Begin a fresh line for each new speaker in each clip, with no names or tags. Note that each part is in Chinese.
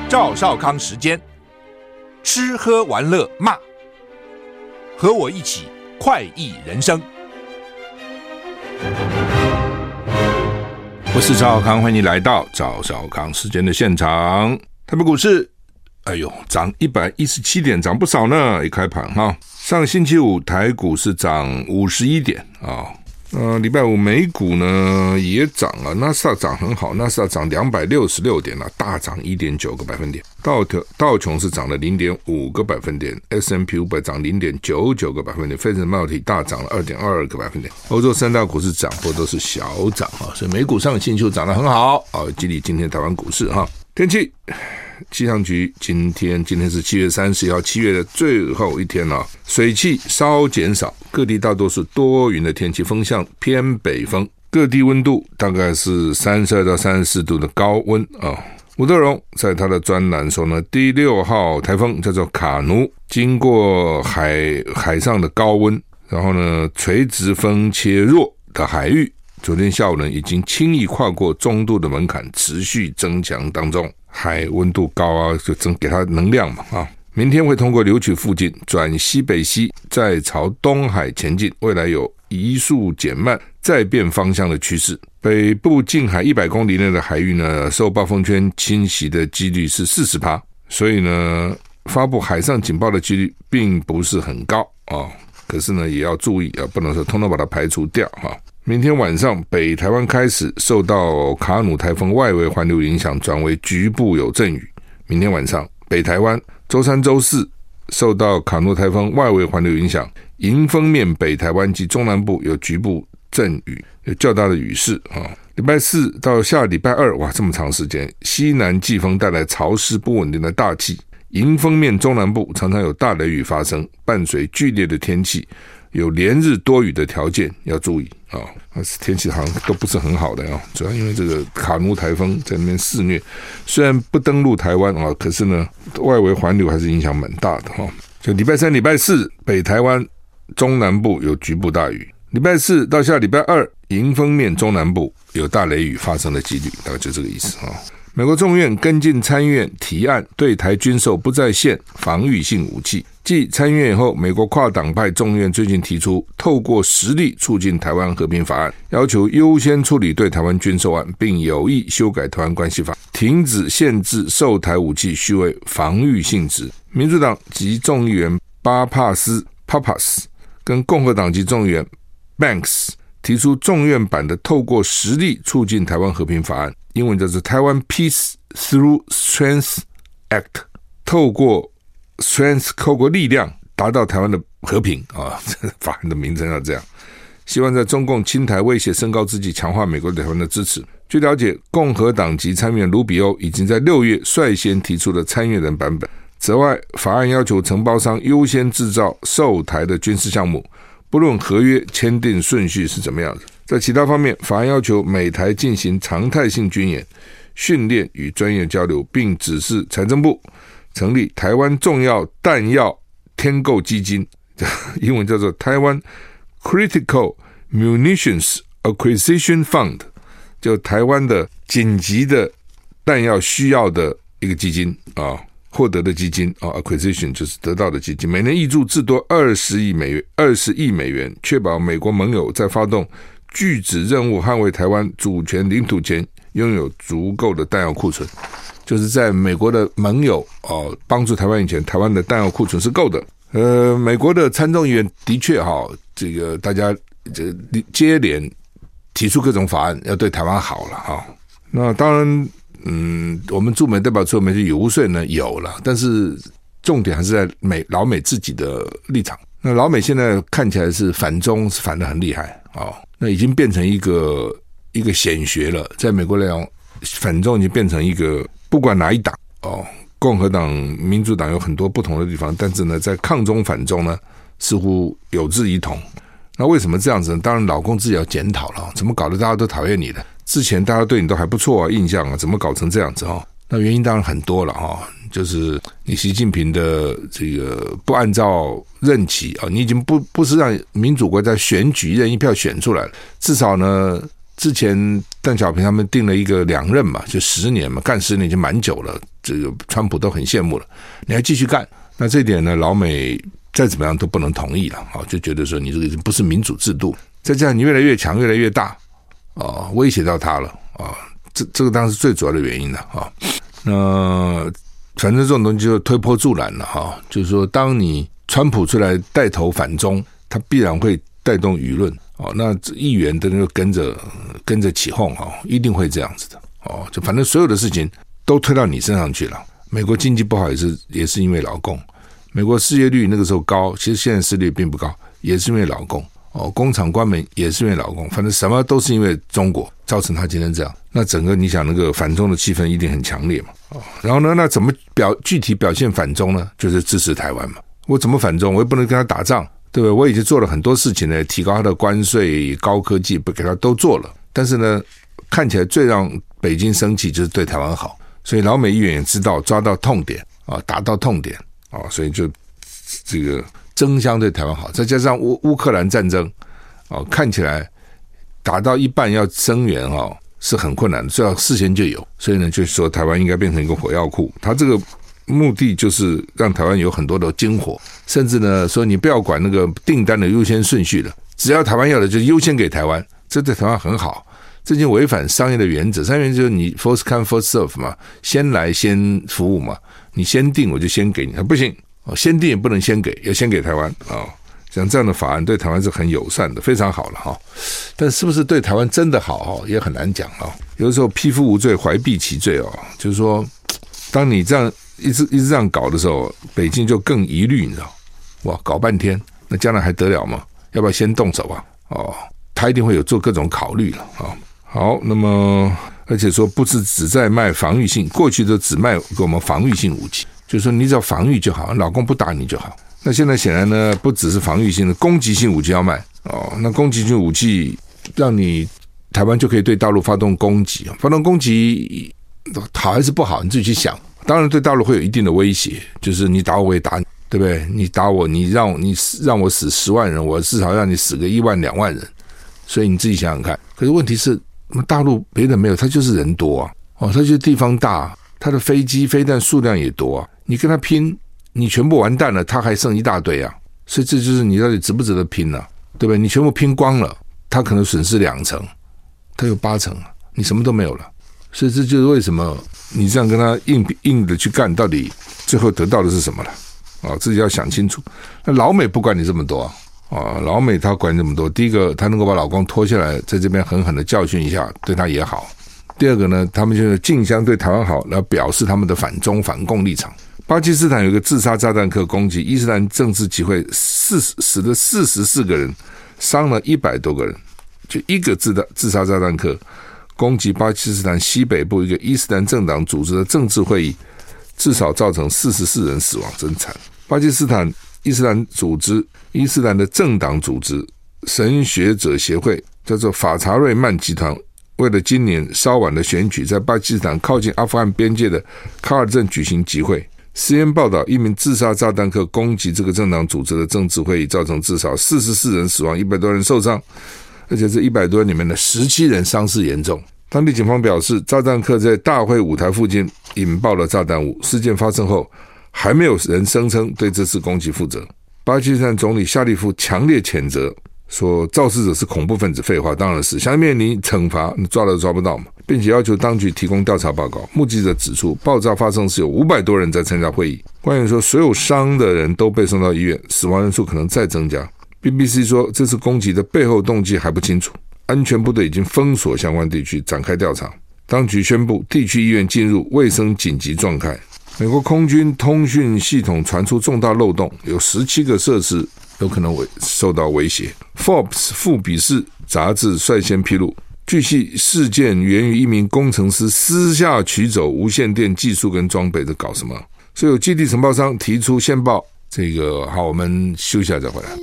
赵少康时间，吃喝玩乐骂，和我一起快意人生。我是赵少康，欢迎你来到赵少康时间的现场。台北股市，涨117点，涨不少呢。一开盘哈，上星期五台股是涨51点啊。礼拜五美股呢也涨了，纳斯达克涨很好，纳斯达克涨266点了，大涨 1.9 个百分点。道琼是涨了 0.5 个百分点， S&P 500涨 0.99 个百分点，费城半导体大涨了 2.22 个百分点。欧洲三大股市涨幅都是小涨啊，所以美股上星期五涨得很好啊，激励今天台湾股市哈。天气气象局今天是7月30号，7月的最后一天了，水汽稍减少，各地大多数多云的天气，风向偏北风，各地温度大概是32到34度的高温啊。吴德荣在他的专栏说呢，第6号台风叫做卡努，经过海上的高温，然后呢垂直风切弱的海域，昨天下午呢已经轻易跨过中度的门槛，持续增强当中。海温度高啊，就给它能量嘛啊。明天会通过柳曲附近转西北西，再朝东海前进，未来有移速减慢再变方向的趋势。北部近海100公里内的海域呢，受暴风圈侵袭的几率是 40%， 所以呢发布海上警报的几率并不是很高啊。可是呢也要注意啊，不能说通通把它排除掉啊。明天晚上北台湾开始受到卡努台风外围环流影响，转为局部有阵雨。明天晚上北台湾，周三周四受到卡努台风外围环流影响，迎风面北台湾及中南部有局部阵雨，有较大的雨势啊。礼拜四到下礼拜二，哇，这么长时间，西南季风带来潮湿不稳定的大气，迎风面中南部常常有大雷雨发生，伴随剧烈的天气，有连日多雨的条件要注意啊。天气好像都不是很好的啊，主要因为这个卡努台风在那边肆虐，虽然不登陆台湾啊，可是呢外围环流还是影响蛮大的哈。就礼拜三、礼拜四，北台湾、中南部有局部大雨；礼拜四到下礼拜二，迎风面中南部有大雷雨发生的几率，大概就这个意思啊。美国众院跟进参院提案，对台军售不再限防御性武器。继参院以后，美国跨党派众院最近提出透过实力促进台湾和平法案，要求优先处理对台湾军售案，并有意修改台湾关系法，停止限制售台武器须为防御性质。民主党籍众议员巴帕斯 Papas 跟共和党籍众议员 Banks 提出众院版的透过实力促进台湾和平法案，英文叫做台湾 Peace Through Strength Act， 透过力量达到台湾的和平啊，法案的名称要这样，希望在中共侵台威胁升高之际，强化美国对台湾的支持。据了解，共和党籍参议员卢比欧已经在6月率先提出了参议人版本。此外，法案要求承包商优先制造售台的军事项目，不论合约签订顺序是怎么样的。在其他方面，法案要求美台进行常态性军演、训练与专业交流，并指示财政部成立台湾重要弹药添购基金，英文叫做台湾 Critical Munitions Acquisition Fund， 就台湾的紧急的弹药需要的一个基金啊，获得的基金啊 ，acquisition 就是得到的基金，每年挹注至多20亿美元，确保美国盟友在发动拒止任务捍卫台湾主权领土前拥有足够的弹药库存。就是在美国的盟友帮助台湾以前，台湾的弹药库存是够的。美国的参众议员的确这个大家接连提出各种法案，要对台湾好了哈。那当然，我们驻美代表处去游说呢有了，但是重点还是在老美自己的立场。那老美现在看起来是反中，是反得很厉害那已经变成一个显学了，在美国来讲，反中已经变成一个不管哪一党共和党、民主党有很多不同的地方，但是呢，在抗中反中呢，似乎有志一同。那为什么这样子呢？当然，老公自己要检讨了，怎么搞得大家都讨厌你的？之前大家对你都还不错啊，印象啊，怎么搞成这样子那原因当然很多了就是你习近平的这个不按照任期你已经不是让民主国家选举一人一票选出来了，至少呢， 之前邓小平他们定了一个2任嘛，就10年嘛，干10年已经蛮久了，这个川普都很羡慕了，你还继续干，那这一点呢，老美再怎么样都不能同意了啊，就觉得说你这个已经不是民主制度，再加上你越来越强，越来越大啊，威胁到他了啊，这个当然是最主要的原因了啊。那反正这种东西就推波助澜了哈，就是说，当你川普出来带头反中，他必然会带动舆论哦，那议员的就跟着起哄哦，一定会这样子的哦，就反正所有的事情都推到你身上去了。美国经济不好也是因为劳工，美国失业率那个时候高，其实现在失业率并不高，也是因为劳工哦，工厂关门也是因为劳工，反正什么都是因为中国造成他今天这样。那整个你想那个反中的气氛一定很强烈嘛哦，然后呢，那怎么具体表现反中呢？就是支持台湾嘛。我怎么反中？我也不能跟他打仗，对不对？我已经做了很多事情呢，提高他的关税、高科技，不给他都做了。但是呢，看起来最让北京生气就是对台湾好，所以老美议员也知道抓到痛点啊，打到痛点啊，所以就这个争相对台湾好。再加上乌克兰战争啊，看起来打到一半要增援啊，是很困难的，最好事先就有。所以呢，就说台湾应该变成一个火药库，他这个目的就是让台湾有很多的金火，甚至呢说你不要管那个订单的优先顺序了，只要台湾要的就优先给台湾，这对台湾很好。这就违反商业的原则，商业原则就是你 first come first serve 嘛，先来先服务嘛，你先订我就先给你，不行，先订也不能先给，要先给台湾啊。像这样的法案对台湾是很友善的，非常好了哈。但是不是对台湾真的好也很难讲啊。有的时候匹夫无罪，怀璧其罪哦，就是说，当你这样一直这样搞的时候，北京就更疑虑，你知道？哇，搞半天，那将来还得了吗？要不要先动手啊？哦，他一定会有做各种考虑了啊。好，那么而且说不是只在卖防御性，过去都只卖给我们防御性武器，就是说你只要防御就好，老公不打你就好。那现在显然呢，不只是防御性的，攻击性武器要卖哦。那攻击性武器让你台湾就可以对大陆发动攻击，发动攻击好还是不好，你自己去想。当然对大陆会有一定的威胁，就是你打我我也打你，对不对？你打我，你让我死10万人，我至少让你死个1万2万人，所以你自己想想看。可是问题是，大陆别的没有，它就是人多啊，哦，它就是地方大，它的飞机飞弹数量也多啊，你跟它拼，你全部完蛋了，它还剩一大堆啊，所以这就是你到底值不值得拼啊，对不对？你全部拼光了，它可能损失2成，它有8成，你什么都没有了。所以这就是为什么你这样跟他硬的去干，到底最后得到的是什么了啊？自己要想清楚。那老美不管你这么多啊，老美他管你这么多，第一个他能够把老公拖下来，在这边狠狠的教训一下，对他也好。第二个呢，他们就是竞相对台湾好，来表示他们的反中反共立场。巴基斯坦有一个自杀炸弹客攻击伊斯兰政治集会，死了44个人，伤了100多个人，就一个自杀炸弹客攻击巴基斯坦西北部一个伊斯兰政党组织的政治会议，至少造成44人死亡，真惨。巴基斯坦伊斯兰的政党组织神学者协会叫做法查瑞曼集团，为了今年稍晚的选举，在巴基斯坦靠近阿富汗边界的卡尔镇举行集会。CNN报道，一名自杀炸弹客攻击这个政党组织的政治会议，造成至少44人死亡，100多人受伤，而且这100多人里面的17人伤势严重。当地警方表示，炸弹客在大会舞台附近引爆了炸弹物，事件发生后还没有人声称对这次攻击负责。巴基斯坦总理夏利夫强烈谴责，说肇事者是恐怖分子。废话，当然是，想面临惩罚，你抓都抓不到嘛，并且要求当局提供调查报告。目击者指出，爆炸发生时有500多人在参加会议。官员说，所有伤的人都被送到医院，死亡人数可能再增加。BBC 说，这次攻击的背后动机还不清楚，安全部队已经封锁相关地区，展开调查。当局宣布地区医院进入卫生紧急状态。美国空军通讯系统传出重大漏洞，有17个设施有可能受到威胁。Forbes 富比士杂志率先披露，据悉事件源于一名工程师私下取走无线电技术跟装备，在搞什么？所以有基地承包商提出限报。这个好，我们休息一下再回来。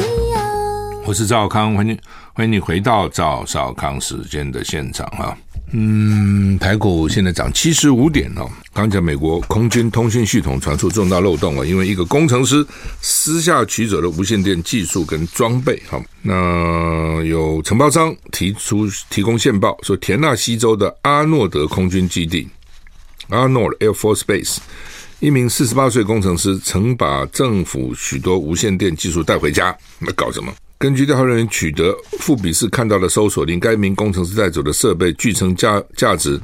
我是赵少康，欢迎你回到赵少康时间的现场哈。 台股现在涨75点哦。刚讲美国空军通讯系统传出重大漏洞因为一个工程师私下取走了无线电技术跟装备。那有承包商提供线报说，田纳西州的阿诺德空军基地 Arnold Air Force Base 一名48岁工程师曾把政府许多无线电技术带回家，那搞什么？根据调查人员取得富比士看到的搜索令，该名工程师带走的设备据称价值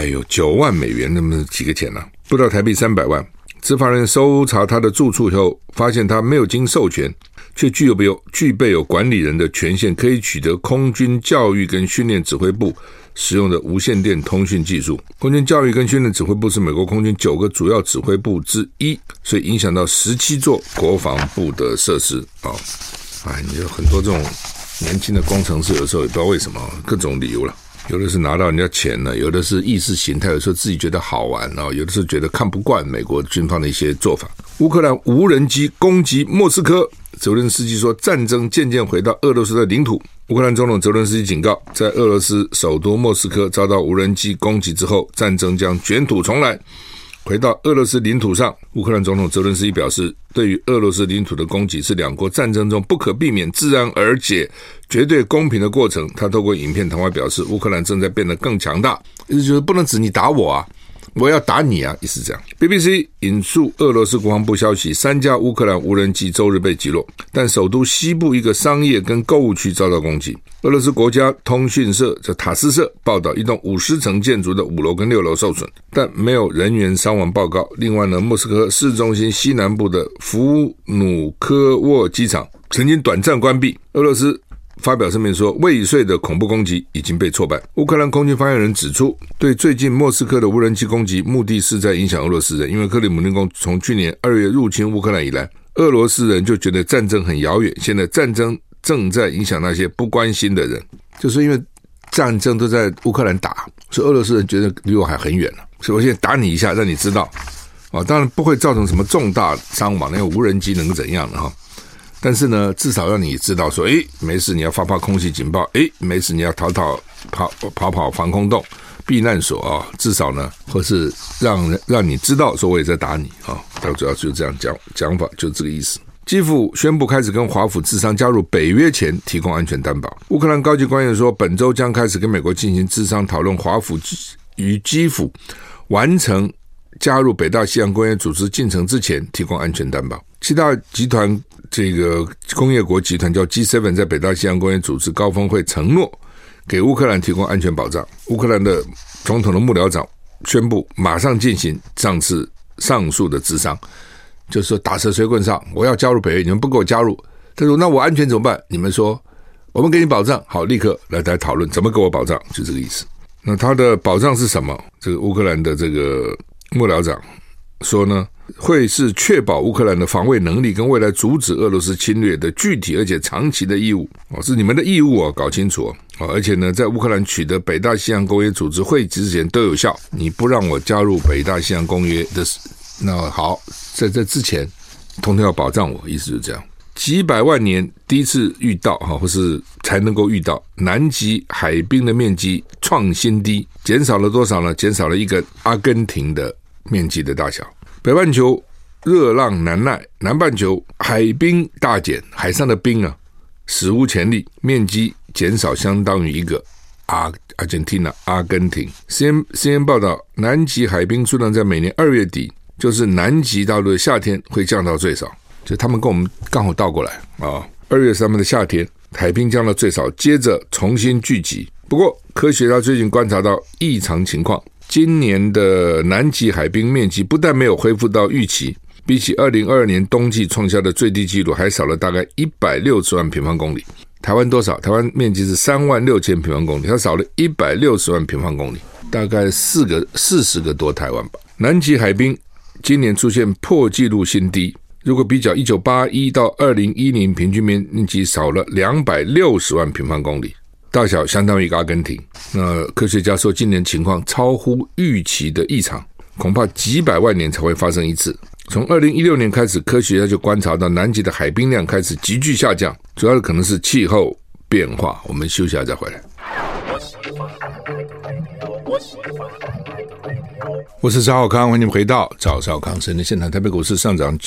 9万美元，那么几个钱呢？不到台币300万。执法人员搜查他的住处以后，发现他没有经授权，却具备有管理人的权限，可以取得空军教育跟训练指挥部使用的无线电通讯技术。空军教育跟训练指挥部是美国空军9个主要指挥部之一，所以影响到17座国防部的设施。你有很多这种年轻的工程师，有时候也不知道为什么，各种理由了。有的是拿到人家钱了，有的是意识形态，有时候自己觉得好玩，有的是觉得看不惯美国军方的一些做法。乌克兰无人机攻击莫斯科，泽伦斯基说战争渐渐回到俄罗斯的领土。乌克兰总统泽伦斯基警告，在俄罗斯首都莫斯科遭到无人机攻击之后，战争将卷土重来，回到俄罗斯领土上。乌克兰总统泽伦斯基表示，对于俄罗斯领土的攻击是两国战争中不可避免、自然而且绝对公平的过程。他透过影片谈话表示，乌克兰正在变得更强大，意思就是不能只你打我我要打你意思这样。 BBC 引述俄罗斯国防部消息，3架乌克兰无人机周日被击落，但首都西部一个商业跟购物区遭到攻击。俄罗斯国家通讯社塔斯社报道，一栋50层建筑的5楼跟6楼受损，但没有人员伤亡报告。另外呢，莫斯科市中心西南部的弗努科沃机场曾经短暂关闭。俄罗斯发表声明说，未遂的恐怖攻击已经被挫败。乌克兰空军发言人指出，对最近莫斯科的无人机攻击，目的是在影响俄罗斯人，因为克里姆林宫从去年2月入侵乌克兰以来，俄罗斯人就觉得战争很遥远，现在战争正在影响那些不关心的人，就是因为战争都在乌克兰打，所以俄罗斯人觉得离我还很远了，所以我现在打你一下，让你知道当然不会造成什么重大伤亡，因为无人机能怎样呢但是呢，至少让你知道说，没事你要发空袭警报，没事你要跑防空洞、避难所至少呢，或是让你知道说我也在打你到主要就这样讲法，就这个意思。基辅宣布开始跟华府磋商加入北约前提供安全担保。乌克兰高级官员说，本周将开始跟美国进行磋商，讨论华府与基辅完成加入北大西洋公约组织进程之前提供安全担保。七大集团这个工业国集团叫 G7 在北大西洋公约组织高峰会承诺给乌克兰提供安全保障。乌克兰的总统的幕僚长宣布马上进行上述的磋商，就是说打蛇随棍上，我要加入北约，你们不给我加入，他说那我安全怎么办？你们说我们给你保障，好，立刻来讨论怎么给我保障，就这个意思。那他的保障是什么？这个乌克兰的这个幕僚长说呢，会是确保乌克兰的防卫能力跟未来阻止俄罗斯侵略的具体而且长期的义务是你们的义务搞清楚而且呢，在乌克兰取得北大西洋公约组织会籍之前都有效。你不让我加入北大西洋公约的，那好，在这之前通通要保障我，意思就是这样。几百万年第一次遇到或是才能够遇到南极海冰的面积创新低，减少了多少呢？减少了一个阿根廷的面积的大小。北半球热浪难耐，南半球海冰大减，海上的冰史无前例，面积减少相当于一个阿根廷。CNN 报道，南极海冰数量在每年2月底，就是南极大陆的夏天会降到最少，就他们跟我们刚好倒过来2月是他们的夏天，海冰降到最少，接着重新聚集。不过科学家最近观察到异常情况，今年的南极海冰面积不但没有恢复到预期，比起2022年冬季创下的最低纪录还少了大概160万平方公里。台湾多少？台湾面积是36000平方公里，它少了160万平方公里，大概40个多台湾吧。南极海冰今年出现破纪录新低，如果比较1981到2010平均面积少了260万平方公里，大小相当于一个阿根廷。那科学家说，今年情况超乎预期的异常，恐怕几百万年才会发生一次。从2016年开始，科学家就观察到南极的海冰量开始急剧下降，主要的可能是气候变化。我们休息一下再回来。 我是赵少康，欢迎回到赵少康生的现场。台北股市上涨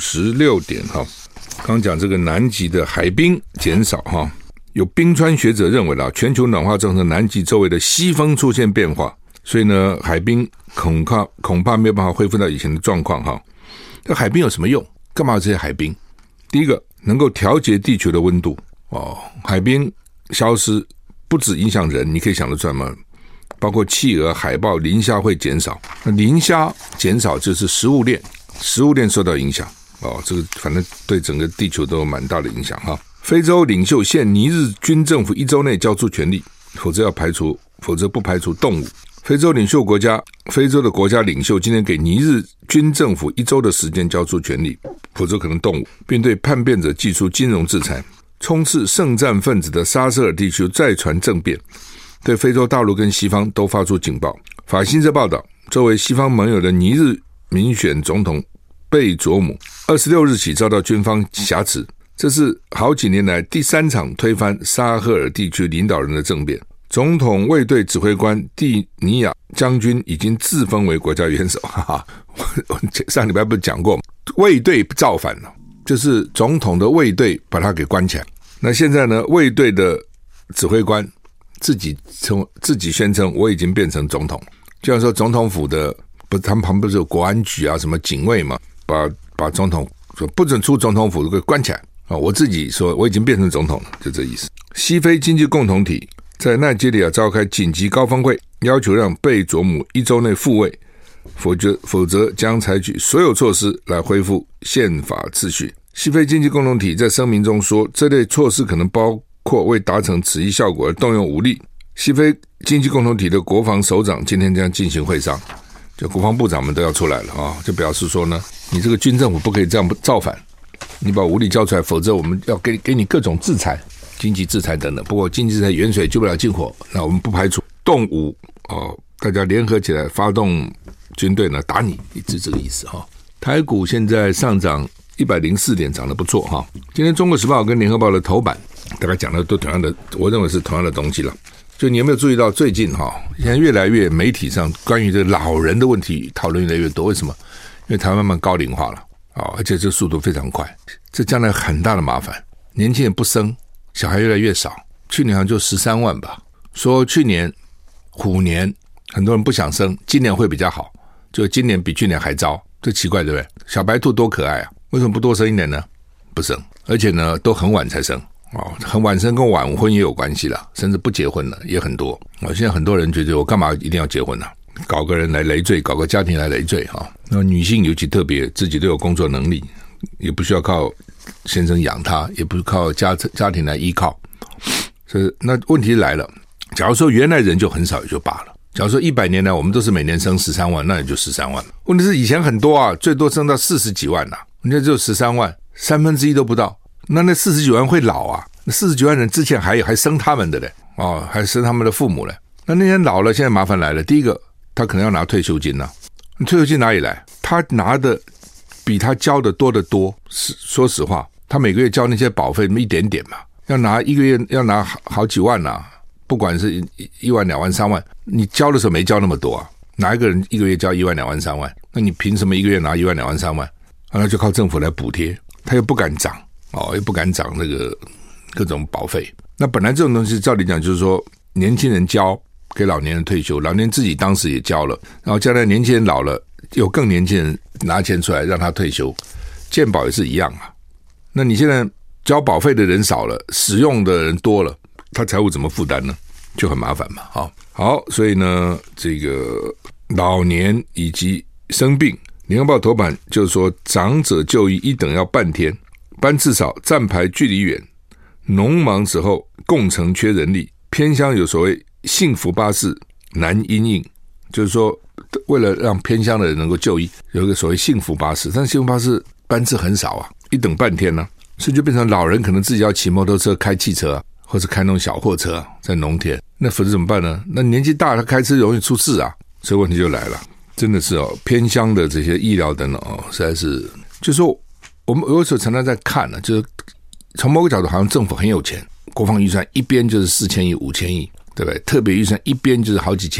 96点哈。刚讲这个南极的海冰减少哈，有冰川学者认为啦，全球暖化造成南极周围的西风出现变化，所以呢，海冰恐怕没有办法恢复到以前的状况哈。这海冰有什么用？干嘛这些海冰？第一个，能够调节地球的温度哦。海冰消失不只影响人，你可以想得出来吗？包括企鹅、海豹、磷虾会减少。那磷虾减少就是食物链受到影响哦。这个反正对整个地球都有蛮大的影响哈。非洲领袖限尼日军政府1周内交出权力，否则不排除动武。非洲的国家领袖今天给尼日军政府1周的时间交出权力，否则可能动武，并对叛变者祭出金融制裁。冲刺圣战分子的沙瑟尔地区再传政变，对非洲大陆跟西方都发出警报。法新社报道，作为西方盟友的尼日民选总统贝佐姆26日起遭到军方挟持，这是好几年来第3场推翻沙赫尔地区领导人的政变。总统卫队指挥官蒂尼亚将军已经自封为国家元首，哈哈！我上礼拜不是讲过，卫队造反了，就是总统的卫队把他给关起来。那现在呢，卫队的指挥官自己宣称我已经变成总统，就像说总统府的不，他们旁边不是有国安局啊，什么警卫嘛，把总统说不准出总统府给关起来啊！我自己说我已经变成总统了，就这意思。西非经济共同体在奈及利亚召开紧急高峰会，要求让贝佐姆1周内复位，否则将采取所有措施来恢复宪法秩序。西非经济共同体在声明中说，这类措施可能包括为达成此一效果而动用武力。西非经济共同体的国防首长今天将进行会商，就国防部长们都要出来了啊，就表示说呢，你这个军政府不可以这样造反，你把武力交出来，否则我们要给你各种制裁。经济制裁等等，不过经济制裁远水救不了近火，那我们不排除动武哦，大家联合起来发动军队呢打你，是这个意思哈。台股现在上涨104点，涨得不错哈。今天中国时报跟联合报的头版大概讲的都同样的，我认为是同样的东西了。就你有没有注意到最近哈，现在越来越媒体上关于这个老人的问题讨论越来越多，为什么？因为台湾慢慢高龄化了啊，而且这速度非常快，这将来很大的麻烦。年轻人不生，小孩越来越少，去年好像就13万吧。说去年虎年很多人不想生，今年会比较好，就今年比去年还糟，这奇怪对不对？小白兔多可爱啊，为什么不多生一点呢？不生，而且呢都很晚才生哦，很晚生跟晚婚也有关系啦，甚至不结婚了也很多。现在很多人觉得我干嘛一定要结婚呢？搞个人来累赘，搞个家庭来累赘哈。那女性尤其特别，自己都有工作能力，也不需要靠先生养他，也不是靠家庭来依靠。所以那问题来了，假如说原来人就很少也就罢了，假如说100年来我们都是每年生13万，那也就13万。问题是以前很多啊，最多生到40几万啊，人家只有13万，1/3都不到。那40几万会老啊，那40几万人之前还生他们的嘞，哦，还生他们的父母嘞。那些人老了，现在麻烦来了。第一个，他可能要拿退休金啊，退休金哪里来？他拿的比他交的多得多。说实话，他每个月交那些保费一点点嘛，要拿一个月要拿好几万啊，不管是1万、2万、3万，你交的时候没交那么多啊。哪一个人一个月交1万、2万、3万？那你凭什么一个月拿1万、2万、3万？那就靠政府来补贴，他又不敢涨哦，又不敢涨那个各种保费。那本来这种东西照理讲就是说，年轻人交给老年人退休，老年人自己当时也交了，然后将来年轻人老了，有更年轻人拿钱出来让他退休，健保也是一样啊。那你现在交保费的人少了，使用的人多了，他财务怎么负担呢？就很麻烦嘛。好，所以呢，这个老年以及生病，联合报头版就是说，长者就医1等要半天，班次少，站牌距离远，农忙时候共乘缺人力，偏乡有所谓幸福巴士难因应，就是说为了让偏乡的人能够就医，有一个所谓幸福巴士，但是幸福巴士班次很少啊，1等半天呢，所以就变成老人可能自己要骑摩托车、开汽车啊，或者开那种小货车啊，在农田，那否则怎么办呢？那年纪大他开车容易出事啊，所以问题就来了，真的是偏乡的这些医疗等等实在是，就是说我们有时候常常在看呢，就是从某个角度好像政府很有钱，国防预算一边就是4000亿、5000亿，对不对？特别预算一边就是好几千亿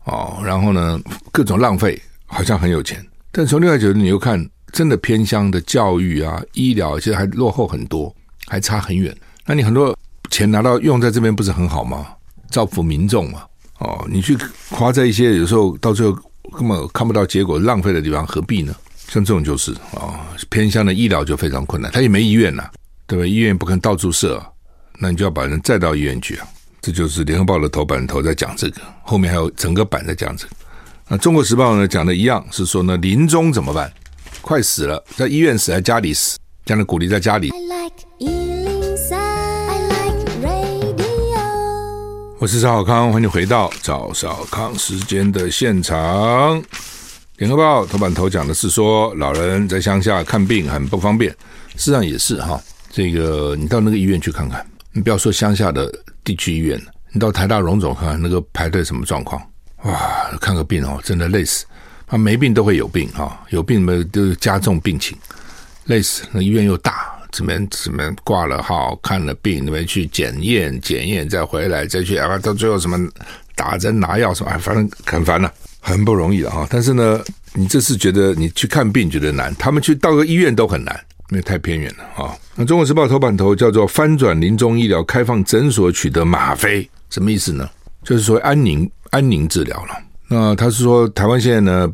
然后呢各种浪费，好像很有钱，但从另外角度你又看，真的偏乡的教育啊、医疗其实还落后很多，还差很远。那你很多钱拿到用在这边不是很好吗？造福民众嘛。你去花在一些有时候到最后根本看不到结果浪费的地方，何必呢？像这种就是偏乡的医疗就非常困难，他也没医院啊，对吧？医院不可能到处设那你就要把人载到医院去啊。这就是联合报的头版头在讲这个，后面还有整个版在讲这个。那中国时报呢讲的一样，是说呢临终怎么办？快死了，在医院死在家里死，这样的鼓励在家里。我是赵少康，欢迎回到赵少康时间的现场。联合报头版头讲的是说老人在乡下看病很不方便，事实上也是哈。这个你到那个医院去看看，你不要说乡下的地区医院，你到台大荣总看看那个排队什么状况，哇，看个病真的累死。他没病都会有病有病都加重病情，累死。那医院又大，这边挂了号看了病，那边去检验再回来再去到最后什么打针拿药什么，反正很烦了，很不容易了但是呢你这次觉得你去看病觉得难，他们去到个医院都很难，因为太偏远了那中国时报头版头叫做翻转临终医疗，开放诊所取得吗啡，什么意思呢？就是说安宁治疗了。那他是说台湾现在呢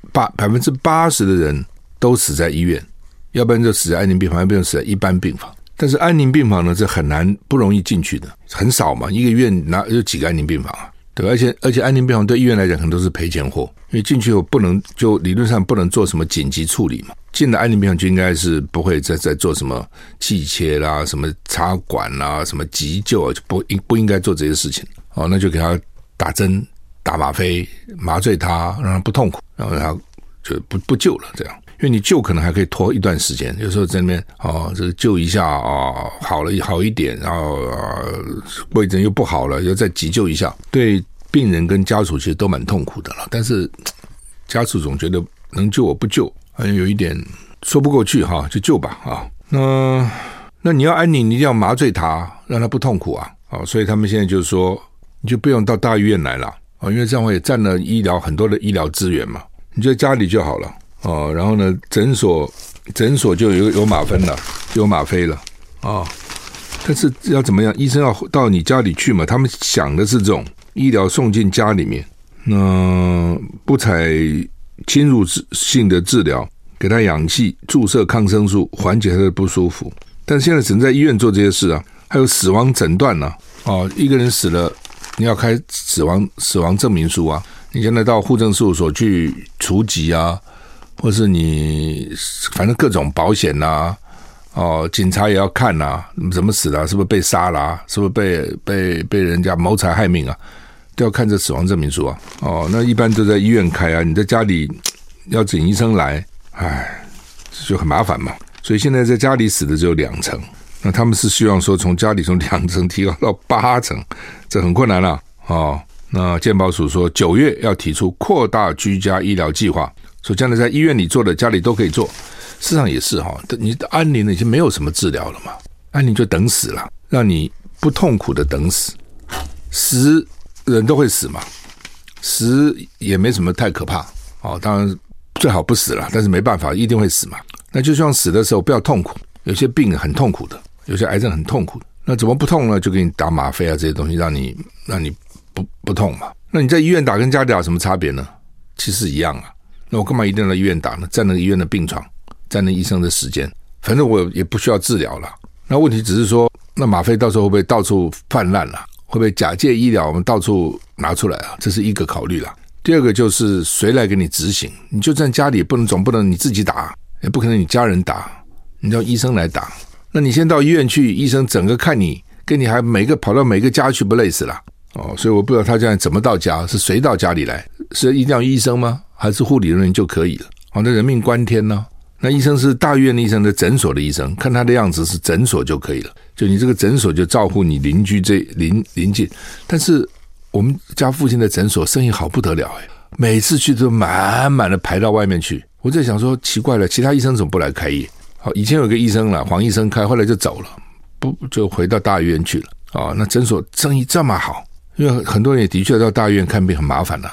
80%的人都死在医院，要不然就死在安宁病房，要不然就死在一般病房。但是安宁病房呢是很难不容易进去的，很少嘛，一个医院有几个安宁病房对吧？而且安宁病房对医院来讲可能都是赔钱货，因为进去后就理论上不能做什么紧急处理嘛。进了安宁病房就应该是不会再做什么气切啦、什么插管啦、什么急救就不应该做这些事情那就给他打针、打吗啡、麻醉他，让他不痛苦，然后他就不救了这样。因为你救可能还可以拖一段时间，有时候在那边这个救一下好一点，然后过一阵又不好了，又再急救一下，对病人跟家属其实都蛮痛苦的了。但是家属总觉得能救我不救，好像有一点说不过去就救吧那你要安宁，你一定要麻醉他，让他不痛苦所以他们现在就是说你就不用到大医院来了因为这样也占了很多的医疗资源嘛，你就在家里就好了然后呢诊所就有吗啡了，有吗啡了但是要怎么样？医生要到你家里去嘛？他们想的是这种医疗送进家里面，那不采侵入性的治疗，给他氧气、注射抗生素，缓解他的不舒服。但现在只能在医院做这些事还有死亡诊断一个人死了，你要开死亡证明书你现在到户政事务所去除籍或是你反正各种保险警察也要看怎么死的是不是被杀了是不是被人家谋财害命都要看这死亡证明书那一般都在医院开你在家里要请医生来，就很麻烦嘛。所以现在在家里死的只有2成，那他们是希望说从家里从2成提高到8成，这很困难了那健保署说9月要提出扩大居家医疗计划，所以将来在医院里做的家里都可以做。事实上也是你安宁已经没有什么治疗了嘛，安宁就等死了，让你不痛苦的等死。死人都会死嘛，死也没什么太可怕当然最好不死了，但是没办法一定会死嘛。那就希望死的时候不要痛苦，有些病很痛苦的，有些癌症很痛苦的，那怎么不痛呢？就给你打吗啡这些东西，让你不痛嘛。那你在医院打跟家里打有什么差别呢？其实一样那我干嘛一定要到医院打呢？占那个医院的病床，占那医生的时间，反正我也不需要治疗了。那问题只是说，那吗啡到时候会不会到处泛滥了？会不会假借医疗我们到处拿出来这是一个考虑了。第二个就是谁来给你执行？你就算家里总不能你自己打，也不可能你家人打，你叫医生来打。那你先到医院去，医生整个看你，跟你还跑到每个家去，不累死了所以我不知道他这样怎么到家，是谁到家里来？是一定要医生吗？还是护理人员就可以了？那人命关天呢那医生是大医院的医生的诊所的医生，看他的样子是诊所就可以了，就你这个诊所就照顾你邻居邻近。但是我们家附近的诊所生意好不得了每次去都满满的排到外面去。我在想说奇怪了，其他医生怎么不来开业？以前有个医生黄医生开，后来就走了，就回到大医院去了那诊所生意这么好，因为很多人也的确到大医院看病很麻烦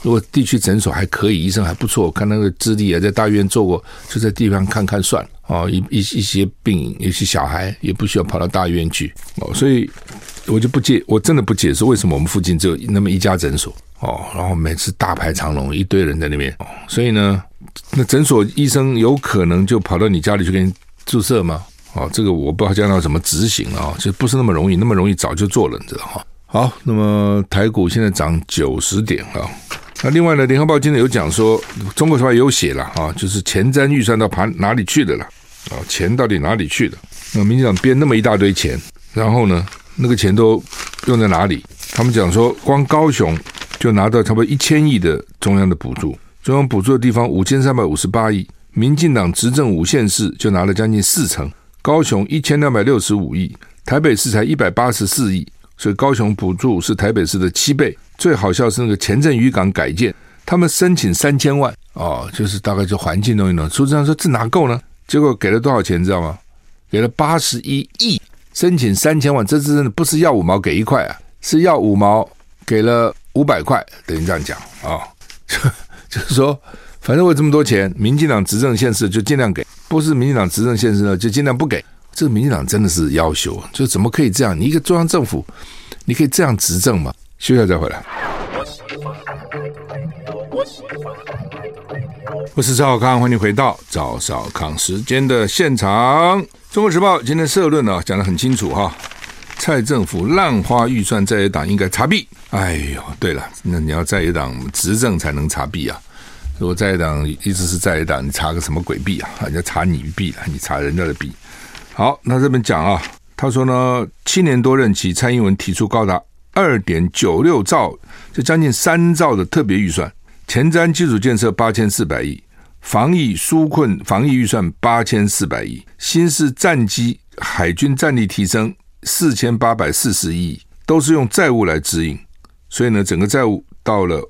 如果地区诊所还可以，医生还不错，看那个资历在大医院做过，就在地方看看算了哦。一些病，有些小孩也不需要跑到大医院去哦。所以我真的不解释为什么我们附近只有那么一家诊所哦，然后每次大排长龙，一堆人在那边哦。所以呢，那诊所医生有可能就跑到你家里去给你注射吗？哦，这个我不知道将来怎么执行啊，就不是那么容易，那么容易早就做了，你知道哈。好，那么台股现在涨90点啊。那另外呢，联合报今天有讲说，中国时报也有写了啊，就是前瞻预算到哪里去了啦？啊，钱到底哪里去了？那民进党编那么一大堆钱，然后呢，那个钱都用在哪里？他们讲说，光高雄就拿到差不多1000亿的中央的补助，中央补助的地方5358亿，民进党执政5县市就拿了将近40%。高雄1265亿，台北市才184亿，所以高雄补助是台北市的7倍。最好笑是那个前镇渔港改建，他们申请3000万哦，就是大概就环境弄一弄。苏贞昌说这哪够呢？结果给了多少钱你知道吗？给了81亿，申请3000万，这真的不是要5毛给1块啊，是要5毛给了500块，等于这样讲啊、哦，就是说。反正我这么多钱，民进党执政县市就尽量给，不是民进党执政县市呢就尽量不给。这个民进党真的是要求，就怎么可以这样？你一个中央政府，你可以这样执政吗？休息一下再回来。我是赵少康，欢迎回到赵少康时间的现场。中国时报今天社论呢讲得很清楚哈，蔡政府滥花预算，在野党应该查弊。哎呦，对了，那你要在野党执政才能查弊啊。如果在野党一直是在野党，你查个什么鬼弊啊？人家查你弊了，你查人家的弊。好，那这边讲啊，他说呢，7年多任期，蔡英文提出高达2.96兆，就将近3兆的特别预算，前瞻基础建设8400亿，防疫纾困防疫预算8400亿，新式战机海军战力提升4840亿，都是用债务来支应，所以呢，整个债务到了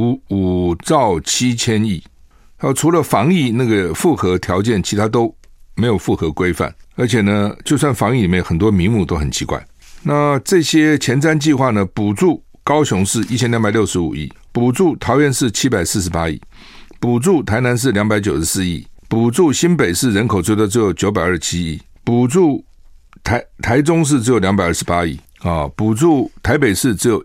5兆7千亿，除了防疫那个符合条件，其他都没有符合规范，而且呢，就算防疫里面很多名目都很奇怪。那这些前瞻计划呢，补助高雄市1265亿，补助桃园市748亿，补助台南市294亿，补助新北市人口最多只有927亿，补助台中市只有228亿啊，补助台北市只有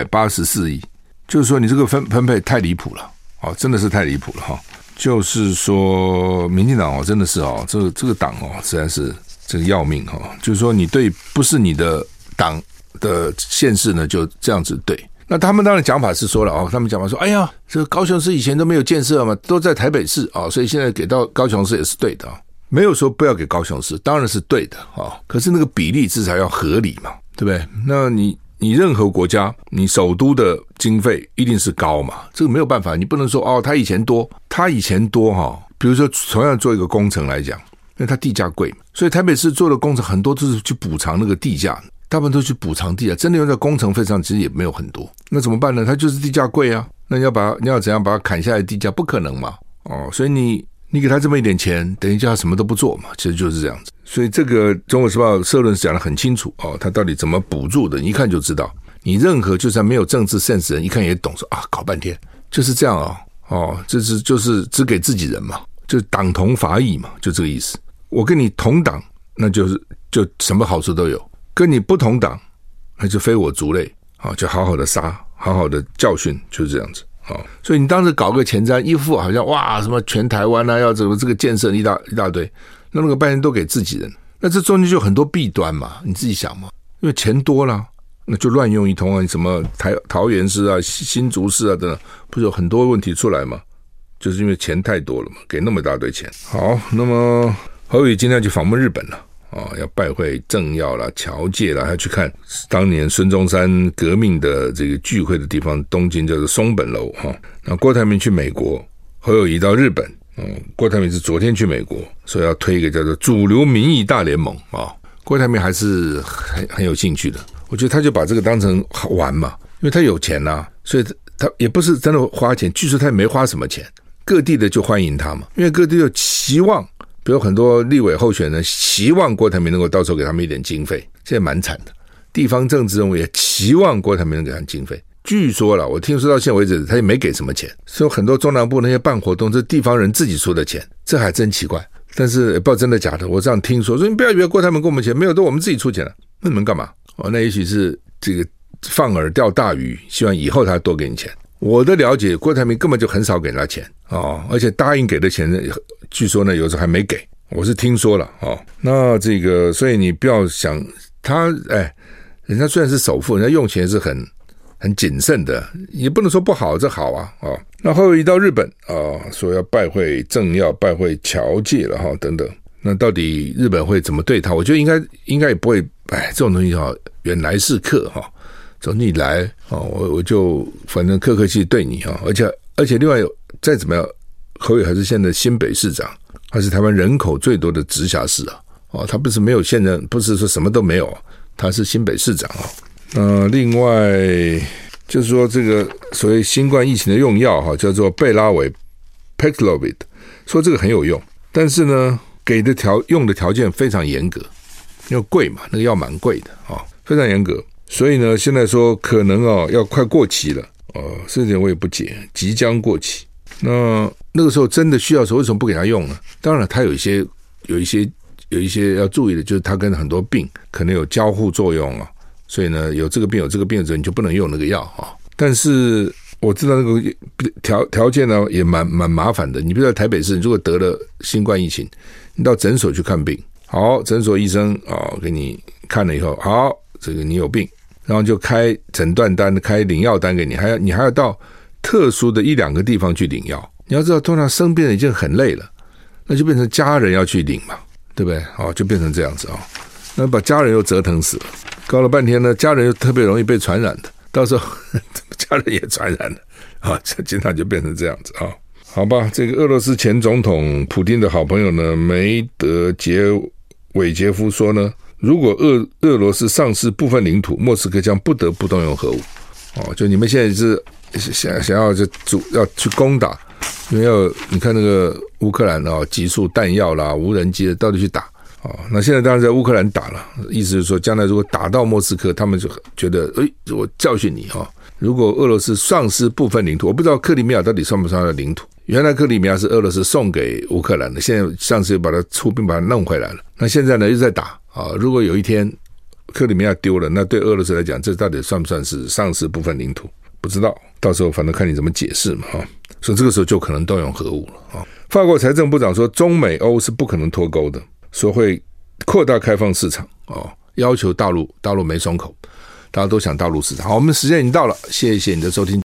184亿。就是说你这个分配太离谱了哦，真的是太离谱了哈。就是说民进党哦，真的是哦，这个党哦，实在是这个要命哈。就是说你对不是你的党的县市呢，就这样子对。那他们当然讲法是说了哦，他们讲法说，哎呀，这个高雄市以前都没有建设嘛，都在台北市啊、哦，所以现在给到高雄市也是对的啊、哦，没有说不要给高雄市，当然是对的啊、哦。可是那个比例至少要合理嘛，对不对？那你任何国家，你首都的经费一定是高嘛，这个没有办法，你不能说哦，他以前多哈。比如说同样做一个工程来讲，因为它地价贵嘛，所以台北市做的工程很多都是去补偿那个地价，大部分都去补偿地价，真的用在工程费上其实也没有很多。那怎么办呢？它就是地价贵啊，那你要怎样把它砍下来的地价？不可能嘛，哦，所以你给他这么一点钱，等于叫他什么都不做嘛，其实就是这样子。所以这个《中国时报》社论讲得很清楚哦，他到底怎么补助的，你一看就知道。你任何就算没有政治 sense 的人，一看也懂说啊，搞半天就是这样哦，就是只给自己人嘛，就是党同伐异嘛，就这个意思。我跟你同党，那就什么好处都有；跟你不同党，那就非我族类啊，就好好的杀，好好的教训，就是这样子。所以你当时搞个前瞻，一副好像哇什么全台湾啊，要怎么这个建设一大堆，那个半天都给自己人，那这中间就有很多弊端嘛，你自己想嘛，因为钱多了，那就乱用一通啊，什么桃园市啊、新竹市啊等等，不是有很多问题出来吗？就是因为钱太多了嘛，给那么大堆钱。好，那么侯友宜今天去访问日本了。要拜会政要啦、侨界啦，还去看当年孙中山革命的这个聚会的地方，东京叫做松本楼哈。那郭台铭去美国，侯友宜到日本，郭台铭是昨天去美国，所以要推一个叫做主流民意大联盟啊。郭台铭还是很有兴趣的，我觉得他就把这个当成玩嘛，因为他有钱啊，所以他也不是真的花钱，据说他也没花什么钱，各地的就欢迎他嘛，因为各地有期望。比如很多立委候选人期望郭台铭能够到时候给他们一点经费，现在蛮惨的。地方政治人物也期望郭台铭能给他们经费， 据说了，我听说到现在为止他也没给什么钱，所以很多中南部那些办活动这地方人自己出的钱，这还真奇怪。但是也不知道真的假的，我这样听说你不要以为郭台铭给我们钱，没有，都我们自己出钱了，那你们干嘛？那也许是这个放饵钓大鱼，希望以后他多给你钱。我的了解，郭台铭根本就很少给他钱而且答应给的钱据说呢有时候还没给，我是听说了那这个所以你不要想他人家虽然是首富，人家用钱是很谨慎的，也不能说不好，这好那后一到日本说要拜会政要，拜会侨界了等等。那到底日本会怎么对他？我觉得应该也不会，这种东西原来是客总之你来我就反正客气对你而且另外再怎么样，侯友宜还是现在新北市长，他是台湾人口最多的直辖市他不是没有现任，不是说什么都没有，他是新北市长另外就是说这个所谓新冠疫情的用药叫做贝拉韦 Paxlovid， 说这个很有用，但是呢给的用的条件非常严格，因为贵嘛，那个药蛮贵的非常严格，所以呢现在说可能要快过期了这点我也不解，即将过期。那个时候真的需要的时候为什么不给他用呢？当然他有一些要注意的，就是他跟很多病可能有交互作用所以呢有这个病的时候你就不能用那个药但是我知道那个条件呢也蛮麻烦的。你比如在台北市，你如果得了新冠疫情，你到诊所去看病，好，诊所医生给你看了以后，好，这个你有病，然后就开诊断单，开领药单给你，你还要到特殊的1-2个地方去领药。你要知道通常生病了已经很累了，那就变成家人要去领嘛，对不对就变成这样子那把家人又折腾死了，搞了半天呢，家人又特别容易被传染的，到时候家人也传染了经常就变成这样子好吧。这个俄罗斯前总统普丁的好朋友呢，梅德杰韦杰夫说呢，如果俄罗斯丧失部分领土，莫斯科将不得不动用核武就你们现在是想要要去攻打，因为你看那个乌克兰急速弹药啦、无人机的到底去打那现在当然在乌克兰打了，意思是说将来如果打到莫斯科，他们就觉得我教训你如果俄罗斯丧失部分领土，我不知道克里米亚到底算不算它的领土，原来克里米亚是俄罗斯送给乌克兰的，现在上次又把它出兵把它弄回来了，那现在呢又在打如果有一天克里米亚丢了，那对俄罗斯来讲这到底算不算是丧失部分领土，不知道，到时候反正看你怎么解释嘛所以这个时候就可能动用核武了法国财政部长说中美欧是不可能脱钩的，说会扩大开放市场要求大陆没松口，大家都想大陆市场。好，我们时间已经到了，谢谢你的收听。